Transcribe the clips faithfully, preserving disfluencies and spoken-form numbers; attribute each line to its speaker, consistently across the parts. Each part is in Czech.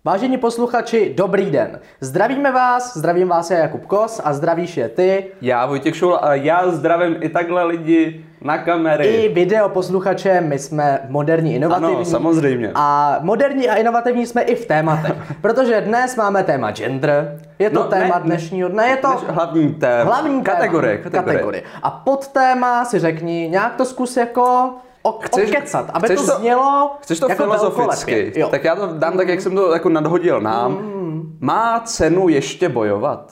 Speaker 1: Vážení posluchači, dobrý den. Zdravíme vás, zdravím vás já Jakub Kos a zdravíš je ty.
Speaker 2: Já Vojtěch Šoula a já zdravím i takhle lidi na kamery.
Speaker 1: I video posluchače, my jsme moderní, inovativní.
Speaker 2: Ano, samozřejmě.
Speaker 1: A moderní a inovativní jsme i v tématech, protože dnes máme téma gender. Je to
Speaker 2: no,
Speaker 1: téma
Speaker 2: ne,
Speaker 1: dnešního dne, je to
Speaker 2: než hlavní téma.
Speaker 1: Hlavní
Speaker 2: kategorie,
Speaker 1: téma.
Speaker 2: kategorie.
Speaker 1: kategorie. A pod téma si řekni, nějak to zkus jako o,
Speaker 2: chceš,
Speaker 1: okecat, aby
Speaker 2: chceš
Speaker 1: to,
Speaker 2: to
Speaker 1: znělo
Speaker 2: Chceš to
Speaker 1: jako
Speaker 2: filozoficky, tak já to dám tak, jak jsem to jako nadhodil nám. Mm. Má cenu ještě bojovat?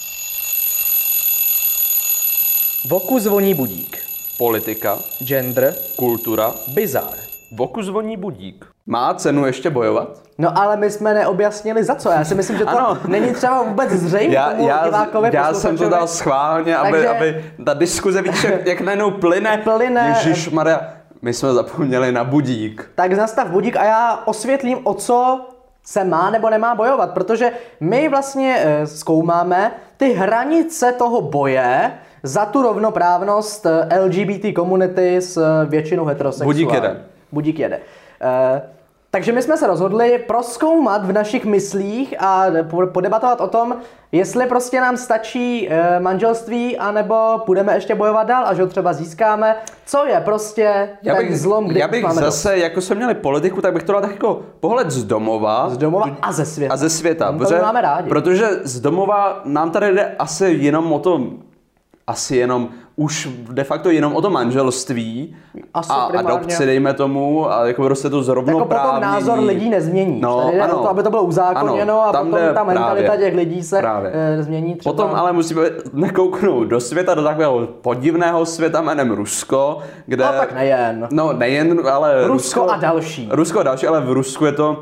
Speaker 1: V oku zvoní budík.
Speaker 2: Politika.
Speaker 1: Gender.
Speaker 2: Kultura.
Speaker 1: Bizár.
Speaker 2: V oku zvoní budík. Má cenu ještě bojovat?
Speaker 1: No ale my jsme neobjasnili za co. Já si myslím, že to
Speaker 2: ano.
Speaker 1: není třeba vůbec zřejmě
Speaker 2: já,
Speaker 1: tomu
Speaker 2: já,
Speaker 1: divákovi,
Speaker 2: já jsem to dal schválně, aby,
Speaker 1: Takže...
Speaker 2: aby ta diskuze víš, jak, jak najednou plyne.
Speaker 1: plyne.
Speaker 2: Ježišmarja, my jsme zapomněli na budík.
Speaker 1: Tak nastav budík a já osvětlím, o co se má nebo nemá bojovat, protože my vlastně e, zkoumáme ty hranice toho boje za tu rovnoprávnost L G B T komunity s většinou heterosexuální.
Speaker 2: Budík jede.
Speaker 1: Budík jede. E, takže my jsme se rozhodli prozkoumat v našich myslích a podebatovat o tom, jestli prostě nám stačí e, manželství, anebo půjdeme ještě bojovat dál a že ho třeba získáme. Co je prostě
Speaker 2: já
Speaker 1: ten
Speaker 2: bych,
Speaker 1: zlom, kdy
Speaker 2: já bych
Speaker 1: máme
Speaker 2: zase,
Speaker 1: dost.
Speaker 2: jako jsme měli politiku, tak bych to dal tak jako pohled z domova.
Speaker 1: Z domova a ze světa.
Speaker 2: A ze světa.
Speaker 1: To
Speaker 2: protože,
Speaker 1: máme rádi.
Speaker 2: Protože z domova nám tady jde asi jenom o to, asi jenom, už de facto jenom o to manželství
Speaker 1: Asi
Speaker 2: a
Speaker 1: primárně.
Speaker 2: adopci, dejme tomu, a jako prostě to
Speaker 1: Jako
Speaker 2: zrovnoprávnění.
Speaker 1: potom názor lidí nezmění.
Speaker 2: No,
Speaker 1: Tady jde
Speaker 2: ano.
Speaker 1: o to, aby to bylo uzákoněno
Speaker 2: Ano,
Speaker 1: a
Speaker 2: tam
Speaker 1: potom
Speaker 2: jde
Speaker 1: ta mentalita
Speaker 2: právě.
Speaker 1: těch lidí se
Speaker 2: Právě.
Speaker 1: e, změní třeba.
Speaker 2: Potom ale musíme nekouknout do světa, do takového podivného světa jménem Rusko, kde...
Speaker 1: No tak nejen.
Speaker 2: No nejen, ale
Speaker 1: Rusko a další.
Speaker 2: Rusko a další, ale v Rusku je to...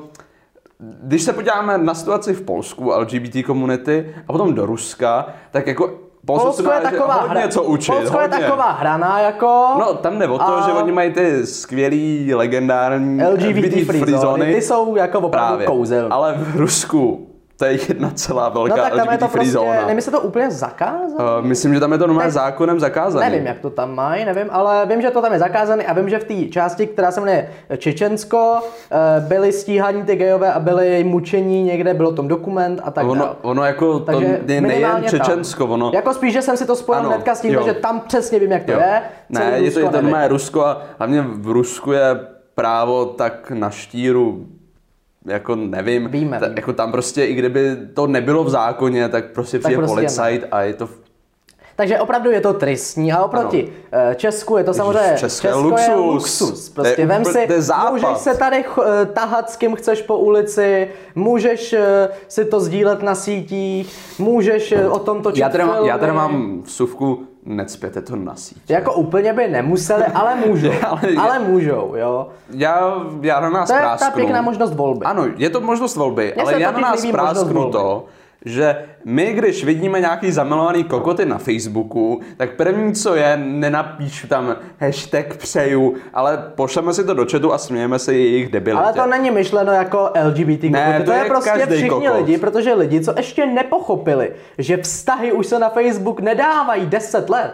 Speaker 2: Když se podíváme na situaci v Polsku, L G B T komunity, a potom do Ruska, tak jako... Polsko,
Speaker 1: Polsko je taková
Speaker 2: hodně
Speaker 1: hra.
Speaker 2: co učit,
Speaker 1: Polsko
Speaker 2: hodně.
Speaker 1: je taková hraná jako...
Speaker 2: No tam jde o to,
Speaker 1: a...
Speaker 2: že oni mají ty skvělý, legendární
Speaker 1: L G B T free zóny, ty jsou jako opravdu
Speaker 2: Právě.
Speaker 1: kouzelné.
Speaker 2: Ale v Rusku to je jedna celá velká
Speaker 1: No tak tam
Speaker 2: L G B T
Speaker 1: je to
Speaker 2: free
Speaker 1: prostě,
Speaker 2: zóna.
Speaker 1: nevím, jestli to úplně zakázané.
Speaker 2: Uh, myslím, že tam je to normálně
Speaker 1: Ne,
Speaker 2: zákonem zakázané.
Speaker 1: Nevím, jak to tam mají, nevím, ale vím, že to tam je zakázané a vím, že v té části, která se jmenuje Čečensko, byli stíhaní ty gejové a byli mučení někde, bylo tom dokument a tak
Speaker 2: ono,
Speaker 1: dále.
Speaker 2: ono jako to
Speaker 1: Takže
Speaker 2: je nejen
Speaker 1: minimálně
Speaker 2: Čečensko,
Speaker 1: tam.
Speaker 2: ono...
Speaker 1: Jako spíš, že jsem si to spojil
Speaker 2: Ano,
Speaker 1: hnedka s tím,
Speaker 2: jo.
Speaker 1: že tam přesně vím, jak to
Speaker 2: Jo.
Speaker 1: je.
Speaker 2: Ne,
Speaker 1: celý
Speaker 2: je to,
Speaker 1: Rusko
Speaker 2: je to
Speaker 1: nevím.
Speaker 2: normálně Rusko a hlavně v Rusku je právo tak na štíru, jako nevím,
Speaker 1: Víme,
Speaker 2: ta,
Speaker 1: víme.
Speaker 2: jako tam prostě, i kdyby to nebylo v zákoně, tak prostě přijde
Speaker 1: prostě
Speaker 2: policajt a je to...
Speaker 1: Takže opravdu je to tristní a oproti ano. Česku je to samozřejmě
Speaker 2: Česko je
Speaker 1: Česko
Speaker 2: luxus.
Speaker 1: je luxus. Prostě
Speaker 2: To je
Speaker 1: vem
Speaker 2: úplně-
Speaker 1: si,
Speaker 2: to je západ.
Speaker 1: můžeš se tady ch- tahat s kým chceš po ulici, můžeš eh, si to sdílet na sítích, můžeš eh, o tom točit
Speaker 2: Já teda, mám,
Speaker 1: filmy.
Speaker 2: já teda mám vsuvku, necpěte to na síť.
Speaker 1: Jako úplně by nemuseli, ale můžou. ale, ale můžou, jo.
Speaker 2: Já, já na nás
Speaker 1: To je ta
Speaker 2: prásknu.
Speaker 1: pěkná možnost volby.
Speaker 2: Ano, je to možnost volby,
Speaker 1: Mně
Speaker 2: ale
Speaker 1: se
Speaker 2: já na
Speaker 1: totiž
Speaker 2: nás
Speaker 1: líbí možnost
Speaker 2: prásknu
Speaker 1: volby.
Speaker 2: to, že my, když vidíme nějaký zamilovaný kokoty na Facebooku, tak první, co je, nenapíšu tam hashtag přeju, ale pošleme si to do chatu a smějeme se jejich debilitě.
Speaker 1: Ale to není myšleno jako L G B T
Speaker 2: Ne,
Speaker 1: komunity,
Speaker 2: to
Speaker 1: to je
Speaker 2: je
Speaker 1: prostě
Speaker 2: každej
Speaker 1: všichni
Speaker 2: kokot.
Speaker 1: lidi, protože lidi, co ještě nepochopili, že vztahy už se na Facebook nedávají deset let,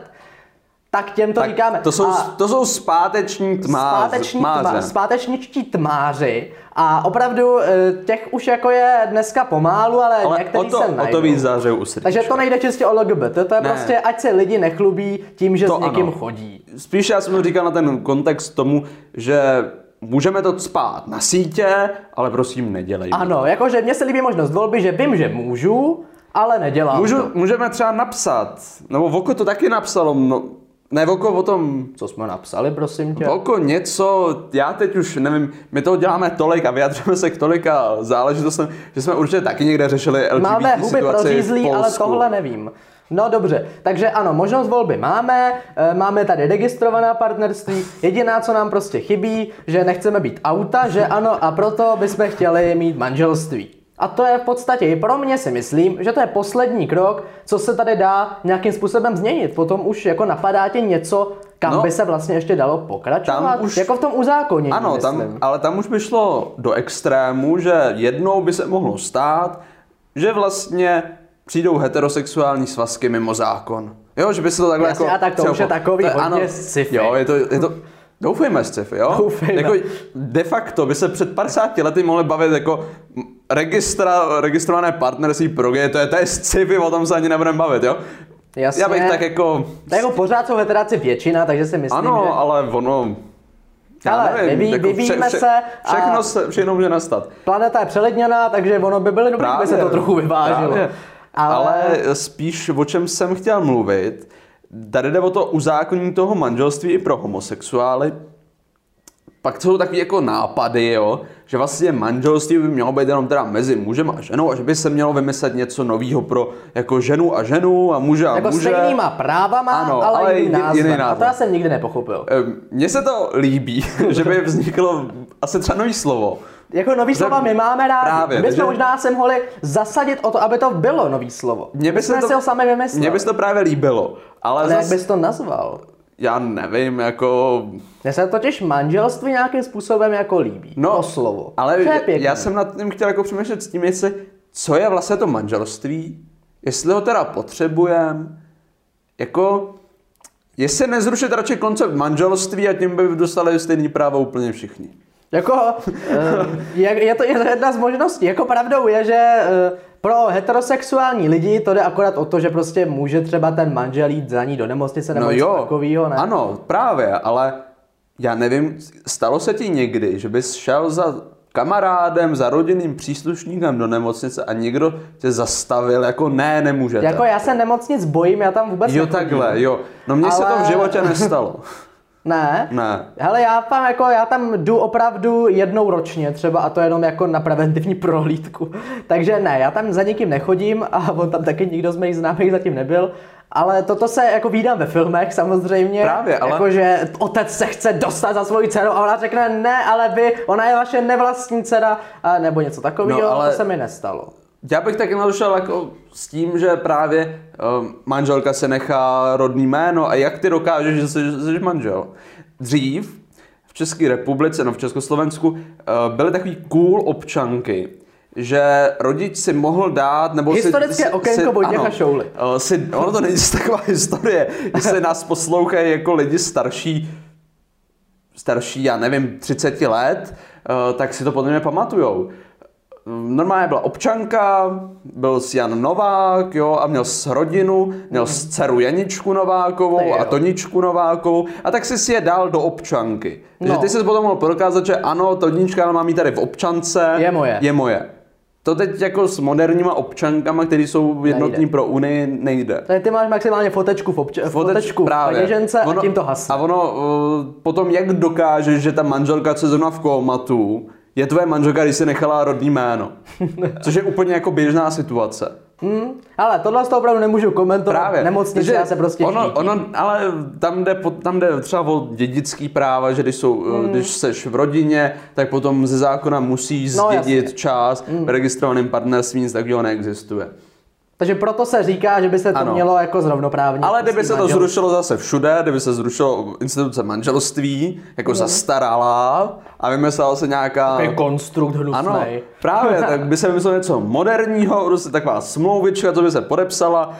Speaker 1: tak těm to
Speaker 2: tak
Speaker 1: říkáme.
Speaker 2: To jsou,
Speaker 1: A
Speaker 2: to jsou zpáteční tmáři.
Speaker 1: Zpáteční, tma, zpátečničtí tmáři a opravdu těch už jako je dneska pomálu, ale,
Speaker 2: ale
Speaker 1: některý
Speaker 2: o to,
Speaker 1: se
Speaker 2: o
Speaker 1: najdou.
Speaker 2: to víc zářijou u srdíčka.
Speaker 1: Takže to nejde čistě o L G B T, to je
Speaker 2: Ne.
Speaker 1: prostě, ať se lidi nechlubí tím, že
Speaker 2: To
Speaker 1: s někým
Speaker 2: ano.
Speaker 1: chodí.
Speaker 2: Spíš já jsem to říkal na ten kontext tomu, že můžeme to cpát na sítě, ale prosím nedělejme.
Speaker 1: Ano, jakože mně se líbí možnost volby, že vím, že můžu, ale nedělám
Speaker 2: Můžu,
Speaker 1: to.
Speaker 2: můžeme třeba napsat, nebo Voko to taky napsalo, no, ne Voko o tom,
Speaker 1: Co jsme napsali, prosím tě?
Speaker 2: Voko něco, já teď už nevím, my toho děláme tolik a vyjadřujeme se k tolika záležitostem, že jsme určitě taky někde řešili L G B T
Speaker 1: Máme huby
Speaker 2: situaci
Speaker 1: prořízlý,
Speaker 2: v
Speaker 1: ale
Speaker 2: Polsku.
Speaker 1: tohle nevím. No dobře, takže ano, možnost volby máme, e, máme tady registrovaná partnerství, jediná, co nám prostě chybí, že nechceme být auta, že ano, a proto bychom chtěli mít manželství. A to je v podstatě, i pro mě si myslím, že to je poslední krok, co se tady dá nějakým způsobem změnit. Potom už jako napadá tě něco, kam
Speaker 2: No,
Speaker 1: by se vlastně ještě dalo pokračovat,
Speaker 2: tam už-
Speaker 1: jako v tom uzákonění,
Speaker 2: Ano,
Speaker 1: myslím.
Speaker 2: tam, ale tam už by šlo do extrému, že jednou by se mohlo stát, že vlastně přijdou heterosexuální svazky mimo zákon. Jo, že by se to takhle
Speaker 1: Jasně,
Speaker 2: jako...
Speaker 1: a tak to už je takový hodně sci-fi.
Speaker 2: Jo, je to, je to, Doufejme sci-fi, jo?
Speaker 1: Doufejme.
Speaker 2: Jako de facto by se před padesáti lety mohli bavit jako registra, registrované partnerství pro gay, to je, to je sci-fi, o tom se ani nebudeme bavit, jo?
Speaker 1: Jasně.
Speaker 2: Já bych tak jako...
Speaker 1: Tak jako pořád jsou heteráci většina, takže si myslím,
Speaker 2: ano,
Speaker 1: že...
Speaker 2: ale ono...
Speaker 1: Ale
Speaker 2: nevím,
Speaker 1: vyví,
Speaker 2: jako
Speaker 1: vyvíjíme
Speaker 2: vše, vše,
Speaker 1: se
Speaker 2: všechno,
Speaker 1: a
Speaker 2: se, všechno může nastat.
Speaker 1: Planeta je přeledněná, takže ono by bylo dobré, kdyby se to trochu vyvážilo.
Speaker 2: Právě.
Speaker 1: Ale...
Speaker 2: ale spíš o čem jsem chtěl mluvit, tady jde o to uzákonění toho manželství i pro homosexuály. Pak jsou takový jako nápady, jo, že vlastně manželství by mělo být jenom teda mezi mužem a ženou a že by se mělo vymyslet něco novýho pro jako ženu a ženu a muže a
Speaker 1: jako
Speaker 2: muže.
Speaker 1: stejnýma právama,
Speaker 2: ano,
Speaker 1: ale,
Speaker 2: ale
Speaker 1: jiný
Speaker 2: jiný
Speaker 1: názvem.
Speaker 2: názvem.
Speaker 1: A to já jsem nikdy nepochopil.
Speaker 2: Mně se to líbí, že by vzniklo asi třeba nový slovo.
Speaker 1: Jako nový slova my máme rádi.
Speaker 2: Právě,
Speaker 1: My bychom
Speaker 2: že...
Speaker 1: možná se mohli zasadit o to, aby to bylo nový slovo.
Speaker 2: Mně by
Speaker 1: My jsme
Speaker 2: to,
Speaker 1: si ho sami vymysleli.
Speaker 2: Mně by se to právě líbilo. Ale,
Speaker 1: ale
Speaker 2: zas...
Speaker 1: jak bys to nazval?
Speaker 2: Já nevím, jako...
Speaker 1: Mně se totiž manželství nějakým způsobem jako líbí.
Speaker 2: No,
Speaker 1: to slovo.
Speaker 2: Ale
Speaker 1: to je pěkný.
Speaker 2: já jsem nad tím chtěl jako přemýšlet s tím, jestli, co je vlastně to manželství, jestli ho teda potřebujeme, jako... Jestli nezrušit radši koncept manželství a tím by dostali stejný právo úplně všichni.
Speaker 1: Jako, je, je to jedna z možností. Jako pravdou je, že pro heterosexuální lidi to jde akorát o to, že prostě může třeba ten manžel jít za ní do nemocnice nebo
Speaker 2: no
Speaker 1: něco
Speaker 2: jo,
Speaker 1: takovýho, ne?
Speaker 2: Ano, právě, ale já nevím, stalo se ti někdy, že bys šel za kamarádem, za rodinným příslušníkem do nemocnice a někdo tě zastavil, jako ne, nemůžete.
Speaker 1: Jako já se nemocnic bojím, já tam vůbec
Speaker 2: Jo,
Speaker 1: nechodím.
Speaker 2: takhle, jo. No mně ale... se to v životě nestalo.
Speaker 1: Ne?
Speaker 2: Ne.
Speaker 1: Hele, já tam, jako, já tam jdu opravdu jednou ročně třeba a to jenom jako na preventivní prohlídku. Takže ne, já tam za nikým nechodím a on tam taky nikdo z mých známých zatím nebyl. Ale toto se jako vídám ve filmech samozřejmě.
Speaker 2: Právě, ale...
Speaker 1: Jako, že otec se chce dostat za svoji dceru a ona řekne ne, ale vy, ona je vaše nevlastní dcera, a nebo něco takového,
Speaker 2: no, ale...
Speaker 1: to se mi nestalo.
Speaker 2: Já bych taky narušil jako s tím, že právě um, manželka se nechá rodný jméno a jak ty dokážeš, že jsi, že jsi manžel. Dřív v České republice, no v Československu, uh, byly takový cool občanky, že rodič si mohl dát, nebo
Speaker 1: historické
Speaker 2: si,
Speaker 1: okénko Vojtěcha Šouly.
Speaker 2: Uh, si, ono to není taková historie, jestli nás poslouchají jako lidi starší, starší, já nevím, třicet let, uh, tak si to podle mě pamatujou. Normálně byla občanka, byl Jan Novák, jo, a měl s rodinu, měl s dceru Janičku Novákovou a Toničku Novákovou a tak si si je dal do občanky. No. Takže ty jsi potom mohl prokázat, že ano, Tonička mám jí tady v občance,
Speaker 1: je moje.
Speaker 2: Je moje. To teď jako s moderníma občankama, který jsou jednotní nejde. Pro Unii, nejde.
Speaker 1: Takže ty máš maximálně fotečku v, obč- fotečku v peněžence a tím to hasne.
Speaker 2: A ono uh, potom jak dokážeš, že ta manželka, co je zrovna v kómatu, je tvoje manželka, když si nechala rodný jméno. Což je úplně jako běžná situace.
Speaker 1: Hmm, ale tohle z toho opravdu nemůžu komentovat.
Speaker 2: Právě.
Speaker 1: Nemocnice, já se prostě
Speaker 2: ono, ono, ale tam jde, tam jde třeba o dědický práva, že když, jsou, hmm. když seš v rodině, tak potom ze zákona musíš no, zdědit jasně. část hmm. v registrovaném partnerství, nic takového neexistuje.
Speaker 1: Takže proto se říká, že by se to ano. mělo jako zrovnoprávnit.
Speaker 2: Ale kdyby se to manžel... zrušilo zase všude, kdyby se zrušilo instituce manželství, jako mm. zastaralá a vymyslela se nějaká...
Speaker 1: Takový konstrukt hnusnej.
Speaker 2: Ano, právě, tak by se vymyslelo něco moderního, prostě taková smlouvička, co by se podepsala.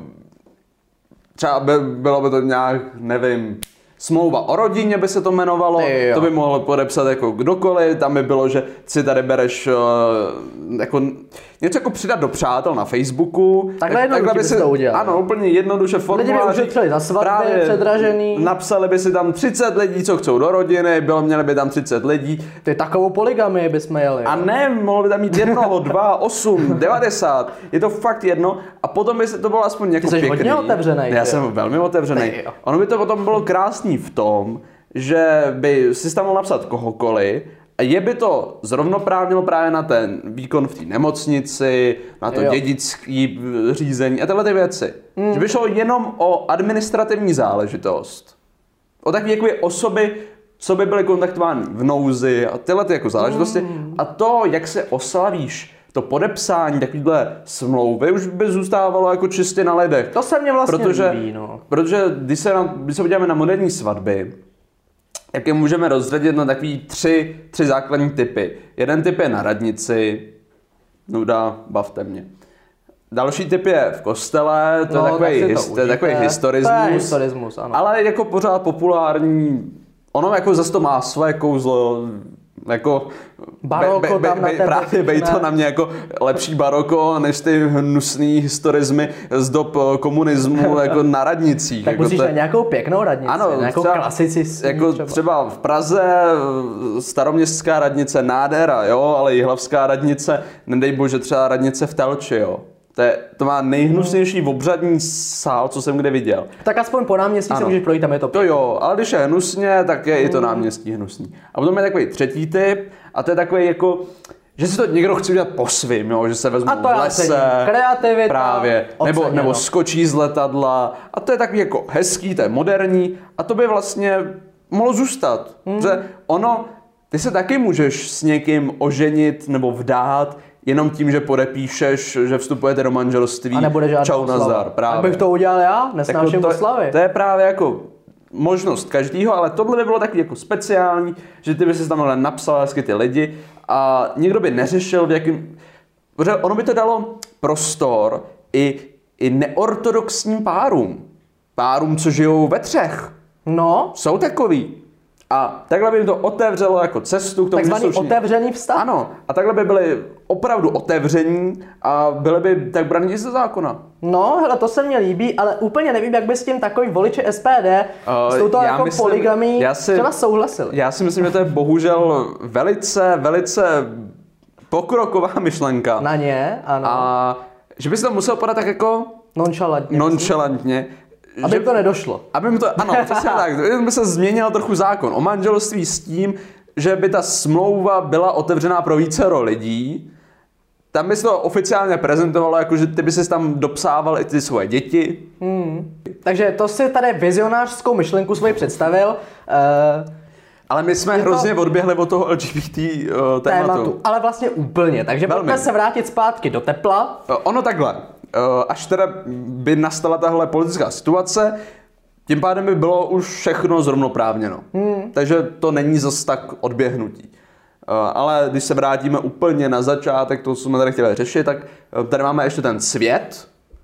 Speaker 2: Třeba by, bylo by to nějak, nevím... Smlouva o rodině by se to jmenovalo, to by mohlo podepsat jako kdokoliv, tam by bylo, že si tady bereš uh, jako něco jako přidat do přátel na Facebooku.
Speaker 1: Takhle tak, takhle by si to udělal.
Speaker 2: Ano, úplně jednoduše formulář.
Speaker 1: Lidi by ušetřili za svatby, předražený.
Speaker 2: Napsali by si tam třicet lidí, co chcou do rodiny, bylo, měli by tam třicet lidí.
Speaker 1: Ty takovou polygamii bychom jeli.
Speaker 2: A ne, mohli by tam mít jednoho, dva, osm, devadesát, je to fakt jedno a potom by se to bylo aspoň jako
Speaker 1: pěkný.
Speaker 2: Ty jsi
Speaker 1: hodně otevřený.
Speaker 2: Já jsem velmi otevřený. Ono by to potom bylo krásný v tom, že by si tam mohl napsat kohokoliv a je by to zrovnoprávnilo právě na ten výkon v té nemocnici, na to jo. dědické řízení a tyhle ty věci. Mm. Že by šlo jenom o administrativní záležitost. O takové jako osoby, co by byly kontaktovány v nouzi a tyhle ty jako záležitosti. Mm. A to, jak se oslavíš to podepsání takovýhle smlouvy už by zůstávalo jako čistě na lidech.
Speaker 1: To se mně vlastně
Speaker 2: protože,
Speaker 1: líbí, no.
Speaker 2: Protože když se, na, když se podíváme na moderní svatby, jak je můžeme rozřadit na takový tři, tři základní typy. Jeden typ je na radnici, nuda, bavte mě. Další typ je v kostele, to no, je takový, his, to je takový historismus,
Speaker 1: to je historismus ano.
Speaker 2: Ale jako pořád populární ono jako zase to má své kouzlo, jako
Speaker 1: baroko
Speaker 2: be, be,
Speaker 1: tam
Speaker 2: be,
Speaker 1: na
Speaker 2: be,
Speaker 1: té
Speaker 2: právě bej to na mě jako lepší baroko, než ty hnusný historizmy z dob komunismu jako na radnicích.
Speaker 1: Tak
Speaker 2: jako
Speaker 1: musíš
Speaker 2: to,
Speaker 1: na nějakou pěknou radnici,
Speaker 2: ano,
Speaker 1: nějakou
Speaker 2: třeba,
Speaker 1: klasicistní
Speaker 2: jako třeba. třeba v Praze staroměstská radnice nádhera, jo, ale jihlavská radnice, nedej bože třeba radnice v Telči, jo. To, je, to má nejhnusnější obřadní sál, co jsem kde viděl.
Speaker 1: Tak aspoň po náměstí se můžeš projít, tam je to
Speaker 2: pěkný. To jo, ale když je hnusně, tak je mm. i to náměstí hnusný. A potom je takový třetí typ, a to je takový jako, že si to někdo chce udělat po svým, jo, že se vezmou v lese,
Speaker 1: kreativita,
Speaker 2: právě, nebo, nebo skočí z letadla. A to je takový jako hezký, to je moderní, a to by vlastně mohlo zůstat. Mm. Že ono, ty se taky můžeš s někým oženit nebo vdát, jenom tím, že podepíšeš, že vstupujete do manželství.
Speaker 1: A nebude žádná
Speaker 2: čau nazdar, právě.
Speaker 1: Tak bych to udělal já, nesnáším oslavy.
Speaker 2: To je právě jako možnost každýho, ale tohle by bylo takový jako speciální, že ty by si tam napsal hezky ty lidi a nikdo by neřešil, v jakým... Protože ono by to dalo prostor i, i neortodoxním párům. Párům, co žijou ve třech.
Speaker 1: No.
Speaker 2: Jsou takový. A takhle by jim to otevřelo jako cestu k tomu,
Speaker 1: takzvaný
Speaker 2: že jsou
Speaker 1: otevřený vztah.
Speaker 2: Ano. A takhle by byli opravdu otevření a byli by tak braní ze zákona.
Speaker 1: No, hele, to se mně líbí, ale úplně nevím, jak by s tím takový voliči S P D uh, s touto jako myslím, polygamí si, třeba souhlasili.
Speaker 2: Já si myslím, že to je bohužel velice, velice pokroková myšlenka.
Speaker 1: Na ně, ano.
Speaker 2: A že by se to musel podat tak jako...
Speaker 1: Nonchalantně.
Speaker 2: Nonchalantně.
Speaker 1: Aby
Speaker 2: že,
Speaker 1: to nedošlo.
Speaker 2: Aby mi to, ano, přesně tak. By se změnil trochu zákon o manželství s tím, že by ta smlouva byla otevřená pro vícero lidí. Tam by se to oficiálně prezentovalo, jako že ty by si tam dopsával i ty svoje děti.
Speaker 1: Hmm. Takže to si tady vizionářskou myšlenku svoji představil. Uh,
Speaker 2: Ale my jsme hrozně to... odběhli od toho L G B T uh, tématu. tématu.
Speaker 1: Ale vlastně úplně. Takže Velmi. Pojďme se vrátit zpátky do tepla.
Speaker 2: Uh, ono takhle. Až teda by nastala tahle politická situace, tím pádem by bylo už všechno zrovnoprávněno. Hmm. Takže to není zas tak odběhnutí. Ale když se vrátíme úplně na začátek, to, co jsme tady chtěli řešit, tak tady máme ještě ten svět,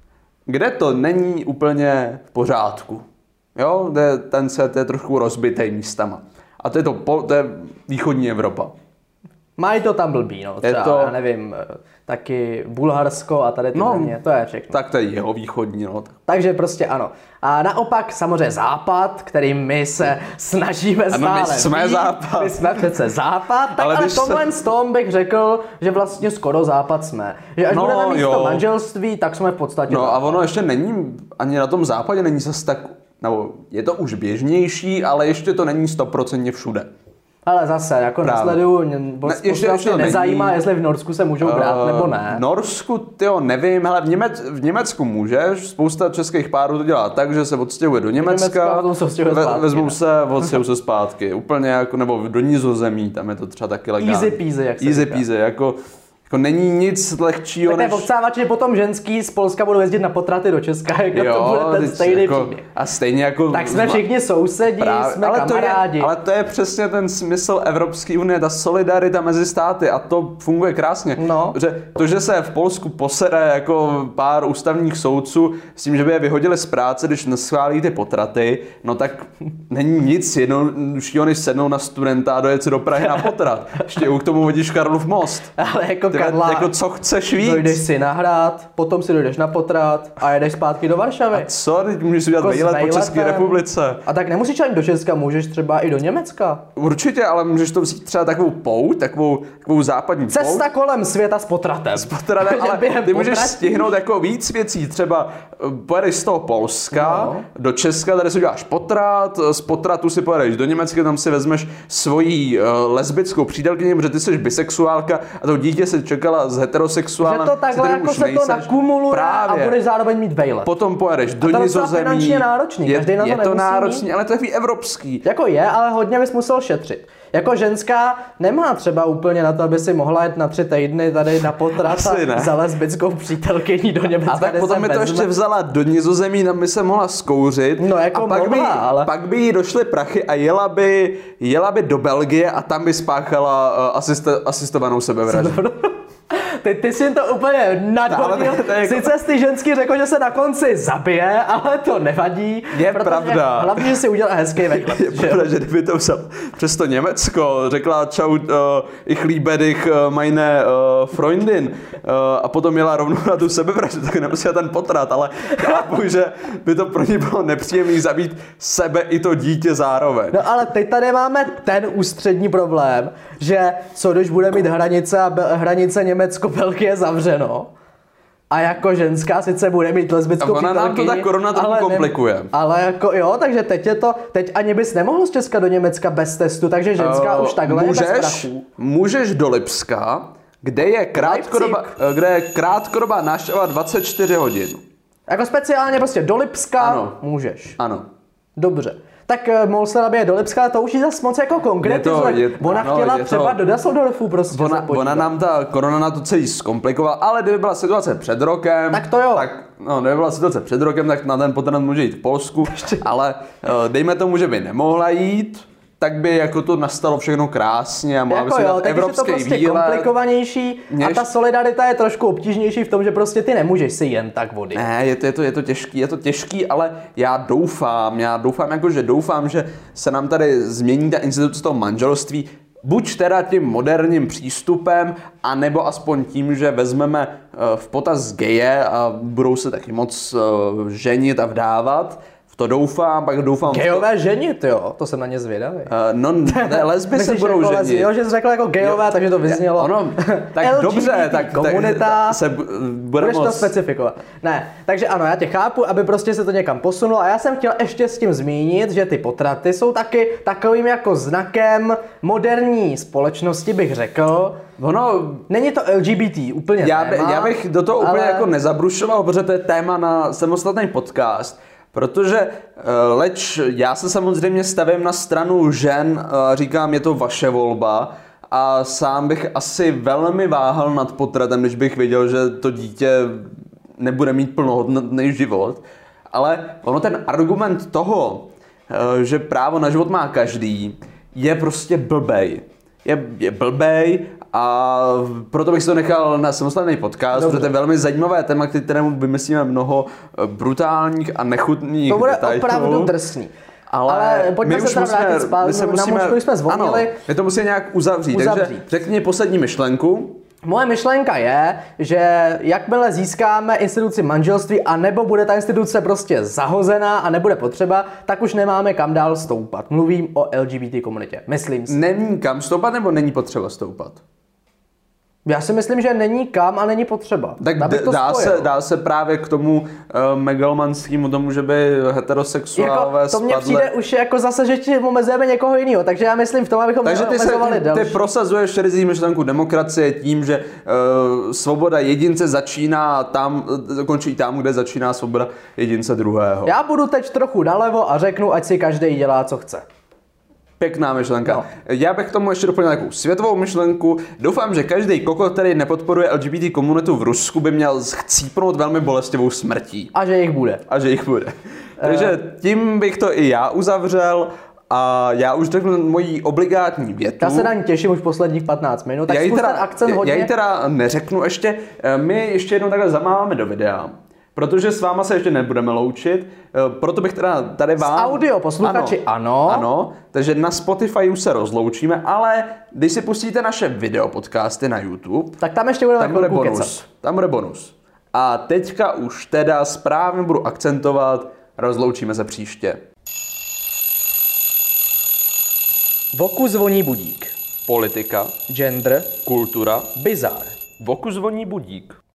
Speaker 2: kde to není úplně v pořádku. Jo, ten svět je trošku rozbitý místama. A to je, to, to je východní Evropa.
Speaker 1: Mají to tam blbý, no, třeba, to... já nevím, taky Bulharsko a tady ty
Speaker 2: no,
Speaker 1: země, to je všechno.
Speaker 2: Tak to je jeho východní, no.
Speaker 1: Takže prostě ano. A naopak samozřejmě Západ, kterým my se snažíme stále.
Speaker 2: Ano, my jsme být. Západ.
Speaker 1: My jsme přece Západ, tak ale, ale tomhle se... s tom bych řekl, že vlastně skoro Západ jsme. Že až no, budeme mít to manželství, tak jsme v podstatě
Speaker 2: No
Speaker 1: Západ.
Speaker 2: A ono ještě není, ani na tom Západě není zase tak, nebo je to už běžnější, ale ještě to není stoprocentně všude.
Speaker 1: Ale zase, jako nesleduju, ne, ještě, ještě to nezajímá, není. Jestli v Norsku se můžou brát, uh, nebo ne.
Speaker 2: V Norsku, tyjo, nevím, hele, v, Němec, v Německu můžeš, spousta českých párů to dělá tak, že se odstěhuje do Německa, do Německa se ve, vezmou se, odstěhují se zpátky, úplně jako, nebo do Nizozemí, tam je to třeba taky legální.
Speaker 1: Easy peasy, jak se
Speaker 2: Easy
Speaker 1: říká.
Speaker 2: peasy, jako... Jako není nic lehčího
Speaker 1: tak než... Tak obsávač, že potom ženský z Polska budou jezdit na potraty do Česka, jako
Speaker 2: jo,
Speaker 1: to bude ten stejný
Speaker 2: jako,
Speaker 1: příběh.
Speaker 2: A stejně jako...
Speaker 1: Tak jsme všichni sousedí, Právě, jsme ale kamarádi.
Speaker 2: To je, ale to je přesně ten smysl Evropské unie, ta solidarita mezi státy a to funguje krásně.
Speaker 1: No.
Speaker 2: Že to, že se v Polsku posere jako pár ústavních soudců s tím, že by je vyhodili z práce, když neschválí ty potraty, no tak není nic jednoduššího, než sednout na studenta a dojet si do Prahy na potrat. Ještě k tomu vodíš Karlův most.
Speaker 1: Ale jako
Speaker 2: Ty,
Speaker 1: Karla...
Speaker 2: Jako co chceš víc?
Speaker 1: Dojdeš si nahrát, potom si dojdeš na potrat a jedeš zpátky do Varšavy.
Speaker 2: A co? Teď můžeš si udělat výlet po České republice.
Speaker 1: A tak nemusíš ani do Česka, můžeš třeba i do Německa.
Speaker 2: Určitě, ale můžeš to vzít třeba takovou pouť, takovou, takovou západní
Speaker 1: Cesta pouť. Kolem světa s potratem.
Speaker 2: S potratem, ale ty můžeš potratí. Stihnout jako víc věcí. Třeba pojedeš z toho Polska no. do Česka, tady si uděláš potrat, z potratu si pojedeš do Německa, tam si vezmeš svoji uh, lesbickou přítelkyni, protože ty jsi bisexuálka a to dítě se čekala z heterosexuálem.
Speaker 1: Že to takhle jako se nejseš. To nakumuluje a budeš zároveň mít vejlet.
Speaker 2: Potom pojedeš do Nizozemí.
Speaker 1: Je náročný.
Speaker 2: Je,
Speaker 1: Každý na to
Speaker 2: je to náročný,
Speaker 1: mít.
Speaker 2: ale to je takový evropský.
Speaker 1: Jako je, ale hodně bys musel šetřit. Jako ženská nemá třeba úplně na to, aby si mohla jet na tři týdny tady na potrat a za lesbickou přítelkyní do Německa.
Speaker 2: A tak potom mi to ještě vzala do Nizozemí, tam by se mohla zkouřit.
Speaker 1: No jako
Speaker 2: a pak,
Speaker 1: mohla,
Speaker 2: by,
Speaker 1: ale...
Speaker 2: pak by jí došly prachy a jela by, jela by do Belgie a tam by spáchala uh, asist, asistovanou sebevraždu.
Speaker 1: ty, ty jsi to úplně nadhodil.
Speaker 2: No, jako...
Speaker 1: Sice jsi ty ženský řekl, že se na konci zabije, ale to nevadí.
Speaker 2: Je pravda.
Speaker 1: Hlavně, že si udělal hezký výklad.
Speaker 2: Je pravda, že kdyby to vzal přes to Německo, řekla čau, uh, ich liebe dich, uh, meine uh, Freundin, uh, a potom jela rovnou na tu sebevraždu, tak nemusela ten potrat, ale chápu, že by to pro ní bylo nepříjemný zabít sebe i to dítě zároveň.
Speaker 1: No ale teď tady máme ten ústřední problém, že co když bude mít hranice a hranice Německo-Belgie zavřeno a jako ženská sice bude mít lesbickou
Speaker 2: přítelkyni. A ona nám to ta korona trochu komplikuje.
Speaker 1: Ne, ale jako jo, takže teď je to, teď ani bys nemohl z Česka do Německa bez testu, takže ženská uh, už takhle
Speaker 2: můžeš,
Speaker 1: je bez prachu.
Speaker 2: Můžeš do Lipska, kde je krátkodoba, kde je krátkodobá návštěva dvacet čtyři hodin.
Speaker 1: Jako speciálně prostě do Lipska
Speaker 2: ano.
Speaker 1: Můžeš.
Speaker 2: Ano.
Speaker 1: Dobře. Tak uh, mohl se nabíjet do Lipska, ale to už je zase moc jako konkrétně. Ona
Speaker 2: ano,
Speaker 1: chtěla třeba
Speaker 2: to,
Speaker 1: do Düsseldorfu prostě.
Speaker 2: Ona, ona nám ta korona na to celý zkomplikovala, ale kdyby byla situace před rokem,
Speaker 1: tak to jo.
Speaker 2: Tak, no, kdyby byla situace před rokem, tak na ten potrat může jít v Polsku, ale uh, dejme tomu, že by nemohla jít, tak by jako to nastalo všechno krásně a mohla
Speaker 1: jako
Speaker 2: by si
Speaker 1: jo,
Speaker 2: dát evropský
Speaker 1: je to prostě
Speaker 2: výlet.
Speaker 1: komplikovanější
Speaker 2: Měž...
Speaker 1: a ta solidarita je trošku obtížnější v tom, že prostě ty nemůžeš si jen tak vody.
Speaker 2: Ne, je to, je to, je to těžký, je to těžký, ale já doufám, já doufám, jako, že doufám, že se nám tady změní ta instituce toho manželství, buď teda tím moderním přístupem, anebo aspoň tím, že vezmeme v potaz geje a budou se taky moc ženit a vdávat. To doufám, pak doufám...
Speaker 1: Gejové
Speaker 2: to...
Speaker 1: ženit, jo, to jsem na ně zvědavý. Uh,
Speaker 2: no, ne, lesby se budou
Speaker 1: jako
Speaker 2: ženit.
Speaker 1: Lesby, jo, že jsi řekl jako gejové, jo, takže to vyznělo.
Speaker 2: Ono, tak dobře, tak
Speaker 1: komunita,
Speaker 2: se bude
Speaker 1: budeš
Speaker 2: moc...
Speaker 1: to specifikovat. Ne, takže ano, já tě chápu, aby prostě se to někam posunulo a já jsem chtěl ještě s tím zmínit, že ty potraty jsou taky takovým jako znakem moderní společnosti, bych řekl.
Speaker 2: Ono,
Speaker 1: není to L G B T úplně
Speaker 2: já,
Speaker 1: téma,
Speaker 2: já bych do toho úplně
Speaker 1: ale...
Speaker 2: jako nezabrušoval, protože to je téma na samostatný podcast. Protože leč já se samozřejmě stavím na stranu žen, říkám, je to vaše volba a sám bych asi velmi váhal nad potratem, když bych věděl, že to dítě nebude mít plnohodnotný život. Ale ono ten argument toho, že právo na život má každý, je prostě blbej. Je, je blbej a proto bych si to nechal na samostatný podcast, Dobře. Protože to je velmi zajímavé téma, kterému vymyslíme mnoho brutálních a nechutných
Speaker 1: To bude
Speaker 2: detailů.
Speaker 1: Opravdu drsný.
Speaker 2: Ale,
Speaker 1: Ale pojďme se teda vrátit zpátky,
Speaker 2: na
Speaker 1: musíme, jsme zvonili.
Speaker 2: Ano, my to musíme nějak uzavřít, uzavřít. Takže řekni poslední myšlenku.
Speaker 1: Moje myšlenka je, že jakmile získáme instituci manželství a nebo bude ta instituce prostě zahozená a nebude potřeba, tak už nemáme kam dál stoupat. Mluvím o L G B T komunitě, myslím si. Není
Speaker 2: kam stoupat nebo není potřeba stoupat?
Speaker 1: Já si myslím, že není kam a není potřeba.
Speaker 2: Tak d- dá, se, dá se právě k tomu uh, megalomanskému tomu, že by heterosexuálové
Speaker 1: jako, to mně
Speaker 2: spadly.
Speaker 1: přijde už jako zase, že ti omezujeme někoho jiného, takže já myslím v tom, abychom
Speaker 2: takže ty
Speaker 1: omezovali
Speaker 2: další. Ty prosazuješ rizí myšlenku demokracie tím, že uh, svoboda jedince začíná tam, uh, končí tam, kde začíná svoboda jedince druhého.
Speaker 1: Já budu teď trochu nalevo a řeknu, ať si každý dělá, co chce.
Speaker 2: Pěkná myšlenka.
Speaker 1: No.
Speaker 2: Já bych k tomu ještě doplnil takovou světovou myšlenku. Doufám, že každý kokot, který nepodporuje L G B T komunitu v Rusku, by měl chcípnout velmi bolestivou smrtí.
Speaker 1: A že jich bude.
Speaker 2: A že jich bude. Takže tím bych to i já uzavřel. A já už řeknu moji obligátní větu.
Speaker 1: Já se na ní těším už posledních patnáct minut, tak zkus ten akcent hodně.
Speaker 2: Já ji teda neřeknu ještě. My ještě jednou takhle zamáváme do videa. Protože s váma se ještě nebudeme loučit, proto bych teda tady vám...
Speaker 1: S audio posluchači ano.
Speaker 2: Ano, ano, takže na Spotify už se rozloučíme, ale když si pustíte naše videopodcasty na YouTube,
Speaker 1: tak tam ještě budeme
Speaker 2: tam bude
Speaker 1: bonus.
Speaker 2: Kecat. Tam bude bonus. A teďka už teda správně budu akcentovat, rozloučíme se příště.
Speaker 1: V oku zvoní budík.
Speaker 2: Politika.
Speaker 1: Gender.
Speaker 2: Kultura.
Speaker 1: Bizár.
Speaker 2: V oku zvoní budík.